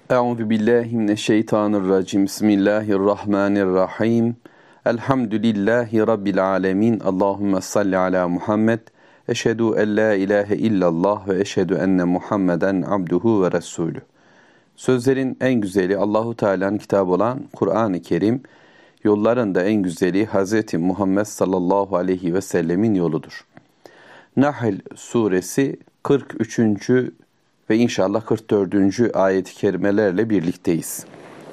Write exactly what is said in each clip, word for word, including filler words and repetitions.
Euzu billahi mineşşeytanirracim. Bismillahirrahmanirrahim. Elhamdülillahi rabbil alamin. Allahumme salli ala Muhammed. Eşhedü en la ilahe illallah ve eşhedü enne Muhammeden abduhu ve resulü. Sözlerin en güzeli Allahu Teala'nın kitabı olan Kur'an-ı Kerim, yolların da en güzeli Hazreti Muhammed sallallahu aleyhi ve sellemin yoludur. Nahl suresi kırk üçüncü ve inşallah kırk dördüncü ayet-i kerimelerle birlikteyiz.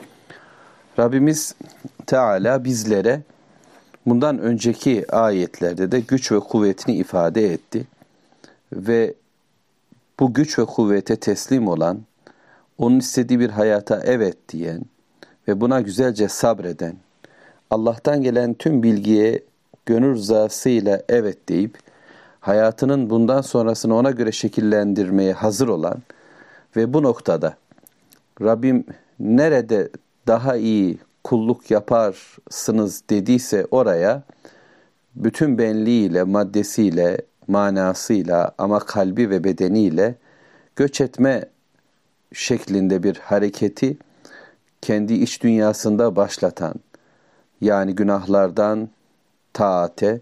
Rabbimiz Teala bizlere bundan önceki ayetlerde de güç ve kuvvetini ifade etti. Ve bu güç ve kuvvete teslim olan, onun istediği bir hayata evet diyen ve buna güzelce sabreden, Allah'tan gelen tüm bilgiye gönül rızasıyla evet deyip, hayatının bundan sonrasını ona göre şekillendirmeye hazır olan ve bu noktada Rabbim nerede daha iyi kulluk yaparsınız dediyse oraya bütün benliğiyle, maddesiyle, manasıyla ama kalbi ve bedeniyle göç etme şeklinde bir hareketi kendi iç dünyasında başlatan, yani günahlardan taate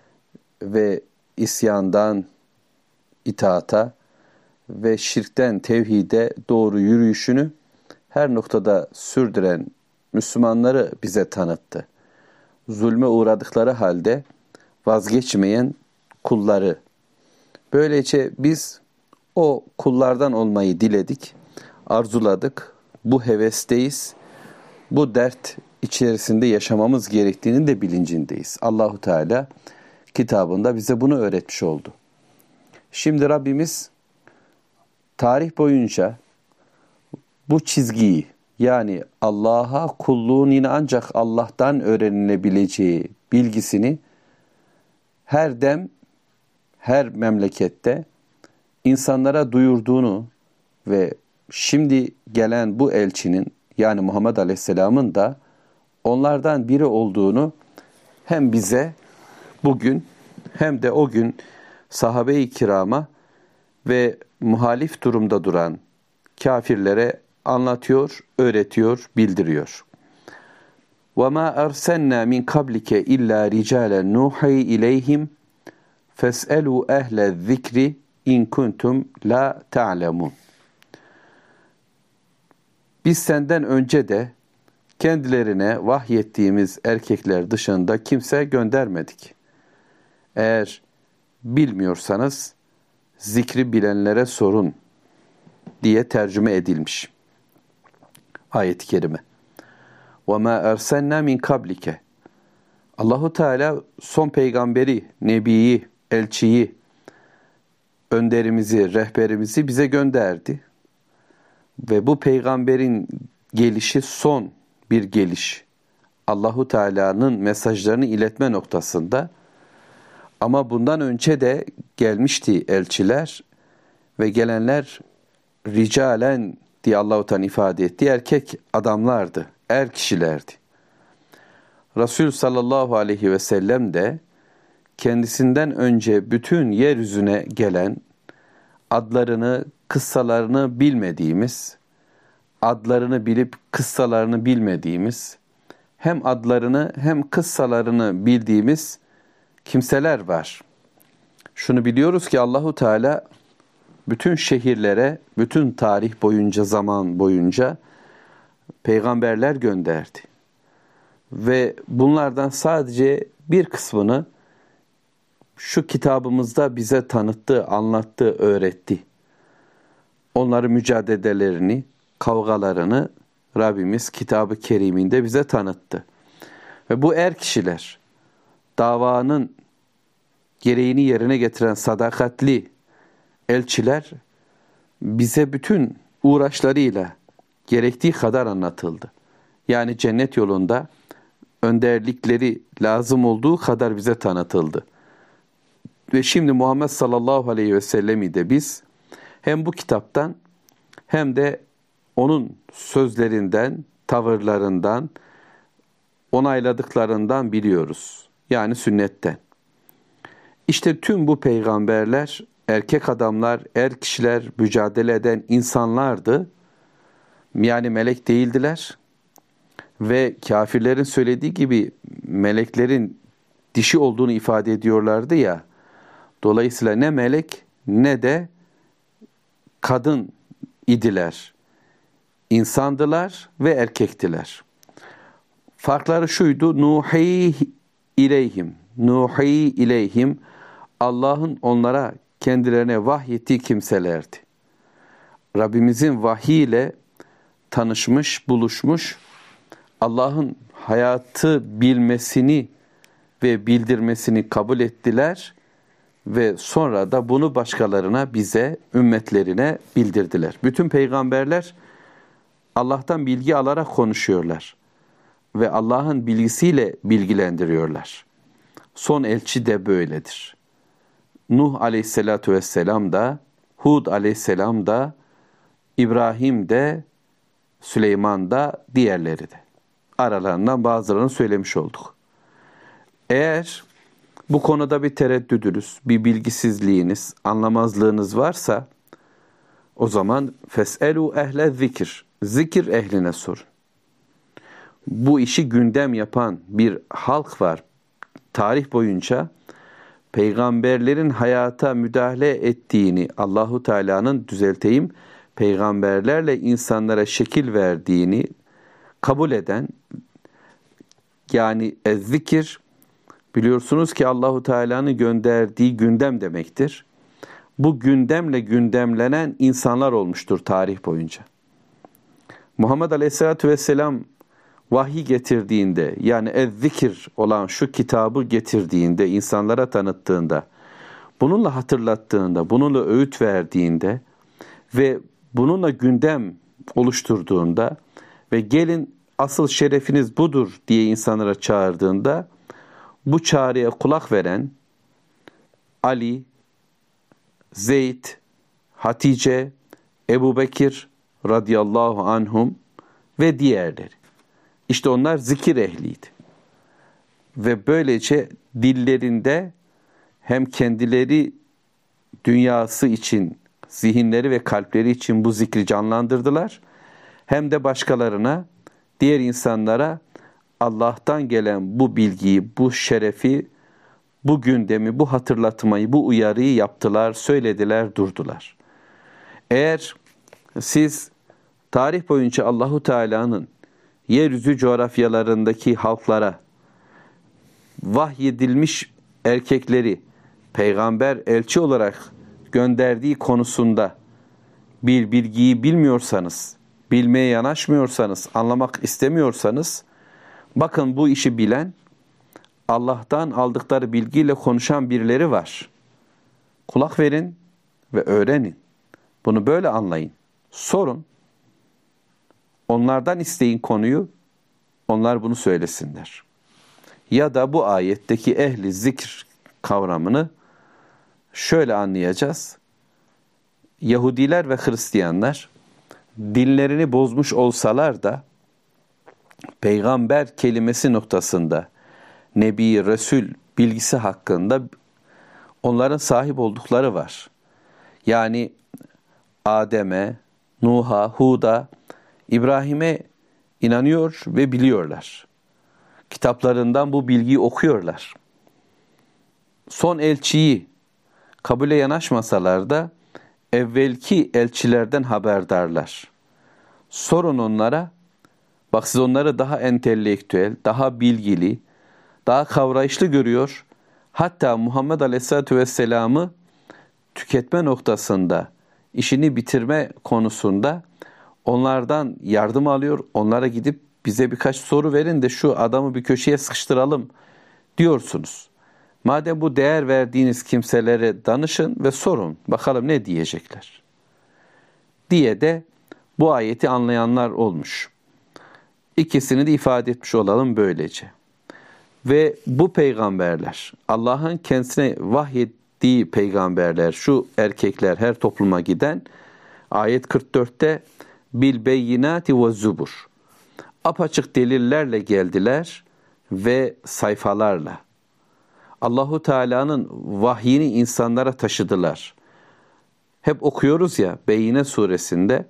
ve isyandan itaata ve şirkten tevhide doğru yürüyüşünü her noktada sürdüren Müslümanları bize tanıttı. Zulme uğradıkları halde vazgeçmeyen kulları. Böylece biz o kullardan olmayı diledik, arzuladık, bu hevesteyiz, bu dert içerisinde yaşamamız gerektiğinin de bilincindeyiz. Allahu Teala kitabında bize bunu öğretmiş oldu. Şimdi Rabbimiz tarih boyunca bu çizgiyi, yani Allah'a kulluğun yine ancak Allah'tan öğrenilebileceği bilgisini her dem, her memlekette insanlara duyurduğunu ve şimdi gelen bu elçinin, yani Muhammed Aleyhisselam'ın da onlardan biri olduğunu hem bize bugün hem de o gün sahabe-i kirama ve muhalif durumda duran kafirlere anlatıyor, öğretiyor, bildiriyor. وَمَا أَرْسَلْنَا مِنْ قَبْلِكَ إِلَّا رِجَالًا نُوحِي إِلَيْهِمْ فَاسْأَلُوا أَهْلَ الذِّكْرِ اِنْ كُنْتُمْ لَا تَعْلَمُونَ. Biz senden önce de kendilerine vahyettiğimiz erkekler dışında kimse göndermedik. Eğer bilmiyorsanız zikri bilenlere sorun diye tercüme edilmiş ayet-i kerime. وَمَا أَرْسَلْنَا مِنْ قَبْلِكَ. Allahu Teala son peygamberi, nebiyi, elçiyi, önderimizi, rehberimizi bize gönderdi. Ve bu peygamberin gelişi son bir geliş. Allahu Teala'nın mesajlarını iletme noktasında. Ama bundan önce de gelmişti elçiler ve gelenler ricalen diye Allah-u Teala ifade etti. Erkek adamlardı, er kişilerdi. Resul sallallahu aleyhi ve sellem de kendisinden önce bütün yeryüzüne gelen, adlarını, kıssalarını bilmediğimiz, adlarını bilip kıssalarını bilmediğimiz, hem adlarını hem kıssalarını bildiğimiz kimseler var. Şunu biliyoruz ki Allahu Teala bütün şehirlere, bütün tarih boyunca, zaman boyunca peygamberler gönderdi. Ve bunlardan sadece bir kısmını şu kitabımızda bize tanıttı, anlattı, öğretti. Onların mücadelelerini, kavgalarını Rabbimiz Kitab-ı Kerim'inde bize tanıttı. Ve bu er kişiler, davanın gereğini yerine getiren sadakatli elçiler bize bütün uğraşlarıyla gerektiği kadar anlatıldı. Yani cennet yolunda önderlikleri lazım olduğu kadar bize tanıtıldı. Ve şimdi Muhammed sallallahu aleyhi ve sellem'i de biz hem bu kitaptan hem de onun sözlerinden, tavırlarından, onayladıklarından biliyoruz. Yani sünnetten. İşte tüm bu peygamberler erkek adamlar, er kişiler, mücadele eden insanlardı Yani melek değildiler ve kafirlerin söylediği gibi meleklerin dişi olduğunu ifade ediyorlardı ya. Dolayısıyla ne melek ne de kadın idiler. İnsandılar ve erkektiler. Farkları şuydu: Nuhi ileyhim. Nuhi ileyhim. Allah'ın onlara kendilerine vahyettiği kimselerdi. Rabbimizin vahiyle tanışmış, buluşmuş, Allah'ın hayatı bilmesini ve bildirmesini kabul ettiler ve sonra da bunu başkalarına, bize, ümmetlerine bildirdiler. Bütün peygamberler Allah'tan bilgi alarak konuşuyorlar ve Allah'ın bilgisiyle bilgilendiriyorlar. Son elçi de böyledir. Nuh aleyhissalatu vesselam da, Hud aleyhisselam da, İbrahim de, Süleyman da, diğerleri de. Aralarından bazılarını söylemiş olduk. Eğer bu konuda bir tereddüdünüz, bir bilgisizliğiniz, anlamazlığınız varsa o zaman feselu ehle zikir. Zikir ehline sorun. Bu işi gündem yapan bir halk var. Tarih boyunca peygamberlerin hayata müdahale ettiğini, Allahu Teala'nın, düzelteyim, peygamberlerle insanlara şekil verdiğini kabul eden, yani ezzikir, biliyorsunuz ki Allahu Teala'nın gönderdiği gündem demektir. Bu gündemle gündemlenen insanlar olmuştur tarih boyunca. Muhammed Aleyhisselatü Vesselam vahiy getirdiğinde, yani ezzikir olan şu kitabı getirdiğinde, insanlara tanıttığında, bununla hatırlattığında, bununla öğüt verdiğinde ve bununla gündem oluşturduğunda ve gelin asıl şerefiniz budur diye insanlara çağırdığında, bu çağrıya kulak veren Ali, Zeyd, Hatice, Ebu Bekir radıyallahu anhum ve diğerleri. İşte onlar zikir ehliydi. Ve böylece dillerinde hem kendileri dünyası için, zihinleri ve kalpleri için bu zikri canlandırdılar, hem de başkalarına, diğer insanlara Allah'tan gelen bu bilgiyi, bu şerefi, bu gündemi, bu hatırlatmayı, bu uyarıyı yaptılar, söylediler, durdular. Eğer siz tarih boyunca Allahu Teala'nın yeryüzü coğrafyalarındaki halklara vahyedilmiş erkekleri peygamber, elçi olarak gönderdiği konusunda bir bilgiyi bilmiyorsanız, bilmeye yanaşmıyorsanız, anlamak istemiyorsanız, bakın bu işi bilen, Allah'tan aldıkları bilgiyle konuşan birileri var. Kulak verin ve öğrenin. Bunu böyle anlayın. Sorun. Onlardan isteyin konuyu, onlar bunu söylesinler. Ya da bu ayetteki ehli zikr kavramını şöyle anlayacağız. Yahudiler ve Hristiyanlar dinlerini bozmuş olsalar da peygamber kelimesi noktasında, Nebi, Resul bilgisi hakkında onların sahip oldukları var. Yani Adem'e, Nuh'a, Hud'a, İbrahim'e inanıyor ve biliyorlar. Kitaplarından bu bilgiyi okuyorlar. Son elçiyi kabule yanaşmasalar da evvelki elçilerden haberdarlar. Sorun onlara, bak siz onları daha entelektüel, daha bilgili, daha kavrayışlı görüyor. Hatta Muhammed Aleyhisselatü Vesselam'ı tüketme noktasında, işini bitirme konusunda onlardan yardım alıyor. Onlara gidip bize birkaç soru verin de şu adamı bir köşeye sıkıştıralım diyorsunuz. Madem bu değer verdiğiniz kimselere danışın ve sorun. Bakalım ne diyecekler. Diye de bu ayeti anlayanlar olmuş. İkisini de ifade etmiş olalım böylece. Ve bu peygamberler, Allah'ın kendisine vahyettiği peygamberler, şu erkekler her topluma giden, ayet kırk dörtte bil beyinati ve zubur. Apaçık delillerle geldiler ve sayfalarla. Allahu Teala'nın vahyini insanlara taşıdılar. Hep okuyoruz ya Beyine suresinde,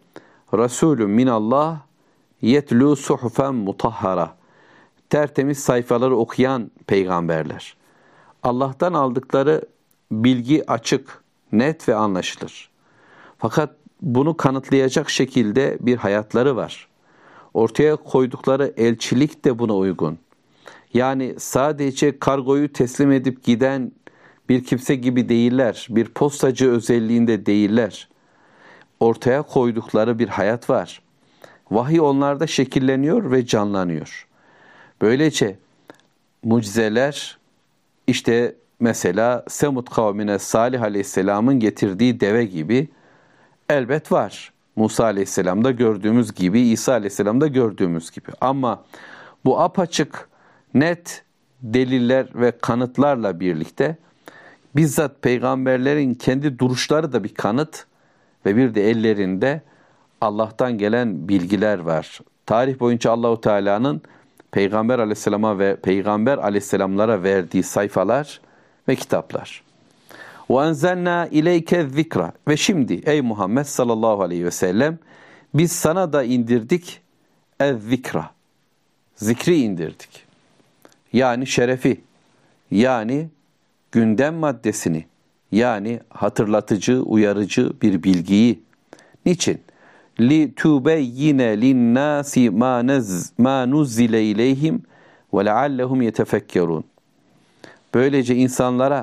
Resulün minallah yetlu suhufen mutahhara. Tertemiz sayfaları okuyan peygamberler. Allah'tan aldıkları bilgi açık, net ve anlaşılır. Fakat bunu kanıtlayacak şekilde bir hayatları var. Ortaya koydukları elçilik de buna uygun. Yani sadece kargoyu teslim edip giden bir kimse gibi değiller, bir postacı özelliğinde değiller. Ortaya koydukları bir hayat var. Vahiy onlarda şekilleniyor ve canlanıyor. Böylece mucizeler, işte mesela Semud kavmine Salih Aleyhisselam'ın getirdiği deve gibi elbet var. Musa Aleyhisselam'da gördüğümüz gibi, İsa Aleyhisselam'da gördüğümüz gibi. Ama bu apaçık, net deliller ve kanıtlarla birlikte bizzat peygamberlerin kendi duruşları da bir kanıt ve bir de ellerinde Allah'tan gelen bilgiler var. Tarih boyunca Allahu Teala'nın Peygamber Aleyhisselam'a ve Peygamber Aleyhisselamlara verdiği sayfalar ve kitaplar. وَاَنْزَلْنَا اِلَيْكَ الذِّكْرَ. Ve şimdi ey Muhammed sallallahu aleyhi ve sellem biz sana da indirdik اَذْذِكْرَ. Zikri indirdik. Yani şerefi, yani gündem maddesini, yani hatırlatıcı, uyarıcı bir bilgiyi. Niçin? لِتُبَيِّنَ لِلنَّاسِ مَا نُزِّلَ اِلَيْهِمْ وَلَعَلَّهُمْ يَتَفَكَّرُونَ. Böylece insanlara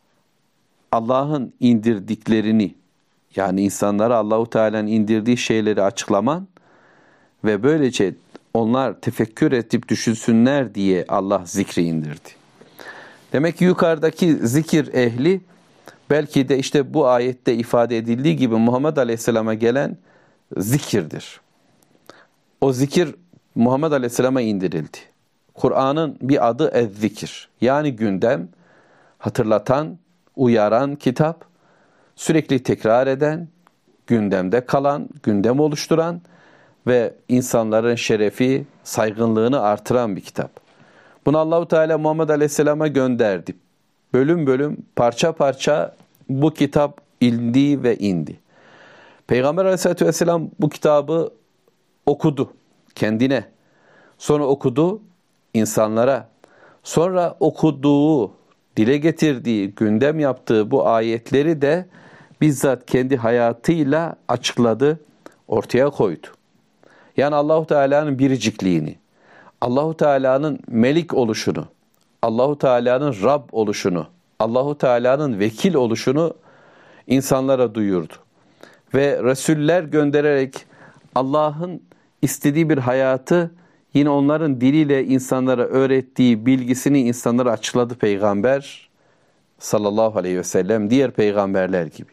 Allah'ın indirdiklerini, yani insanlara Allahu Teala'nın indirdiği şeyleri açıklaman ve böylece onlar tefekkür edip düşünsünler diye Allah zikri indirdi. Demek ki yukarıdaki zikir ehli belki de işte bu ayette ifade edildiği gibi Muhammed Aleyhisselam'a gelen zikirdir. O zikir Muhammed Aleyhisselam'a indirildi. Kur'an'ın bir adı ez-zikir. Yani gündem, hatırlatan, uyaran kitap, sürekli tekrar eden, gündemde kalan, gündem oluşturan ve insanların şerefi, saygınlığını artıran bir kitap. Bunu Allahu Teala Muhammed Aleyhisselam'a gönderdi. Bölüm bölüm, parça parça bu kitap indi ve indi. Peygamber Aleyhisselatü Vesselam bu kitabı okudu kendine. Sonra okudu insanlara. Sonra okuduğu, dile getirdiği, gündem yaptığı bu ayetleri de bizzat kendi hayatıyla açıkladı, ortaya koydu. Yani Allahu Teala'nın biricikliğini, Allahu Teala'nın melik oluşunu, Allahu Teala'nın Rab oluşunu, Allahu Teala'nın vekil oluşunu insanlara duyurdu. Ve Resuller göndererek Allah'ın istediği bir hayatı yine onların diliyle insanlara öğrettiği bilgisini insanlara açıkladı Peygamber sallallahu aleyhi ve sellem diğer peygamberler gibi.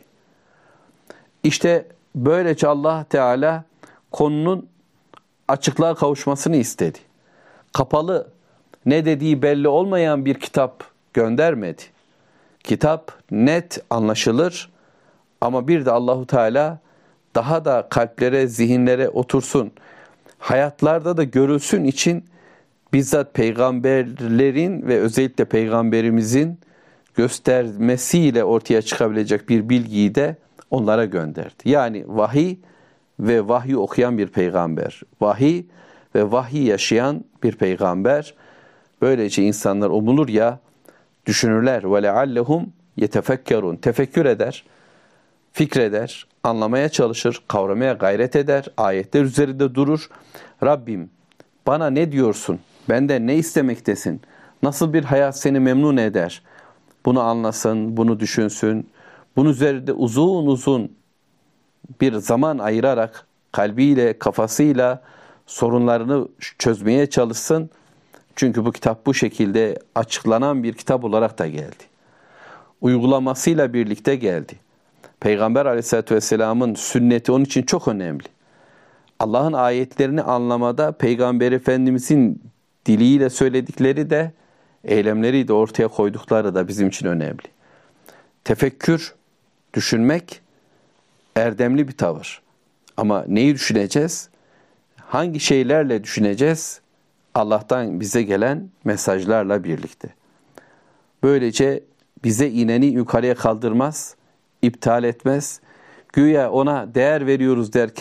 İşte böylece Allah Teala konunun açıklığa kavuşmasını istedi. Kapalı, ne dediği belli olmayan bir kitap göndermedi. Kitap net, anlaşılır ama bir de Allahu Teala daha da kalplere, zihinlere otursun, hayatlarda da görülsün için bizzat peygamberlerin ve özellikle peygamberimizin göstermesiyle ortaya çıkabilecek bir bilgiyi de onlara gönderdi. Yani vahiy ve vahyi okuyan bir peygamber, vahiy ve vahiy yaşayan bir peygamber. Böylece insanlar umulur ya, düşünürler ve leallehum yetefekkerun, tefekkür eder, fikreder, anlamaya çalışır, kavramaya gayret eder, ayetler üzerinde durur. Rabbim bana ne diyorsun? Benden ne istemektesin? Nasıl bir hayat seni memnun eder? Bunu anlasın, bunu düşünsün. Bunun üzerinde uzun uzun bir zaman ayırarak kalbiyle, kafasıyla sorunlarını çözmeye çalışsın. Çünkü bu kitap bu şekilde açıklanan bir kitap olarak da geldi. Uygulamasıyla birlikte geldi. Peygamber Aleyhisselatü Vesselam'ın sünneti onun için çok önemli. Allah'ın ayetlerini anlamada Peygamber Efendimizin diliyle söyledikleri de, eylemleri de ortaya koydukları da bizim için önemli. Tefekkür, düşünmek erdemli bir tavır. Ama neyi düşüneceğiz? Hangi şeylerle düşüneceğiz? Allah'tan bize gelen mesajlarla birlikte. Böylece bize ineni yukarıya kaldırmaz, iptal etmez. Güya ona değer veriyoruz derken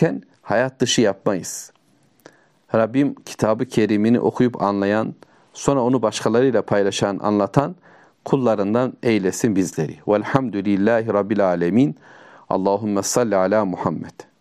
hayat dışı yapmayız. Rabbim kitabı kerimini okuyup anlayan, sonra onu başkalarıyla paylaşan, anlatan kullarından eylesin bizleri. Velhamdülillahi Rabbil alemin. Allahümme salli ala Muhammed.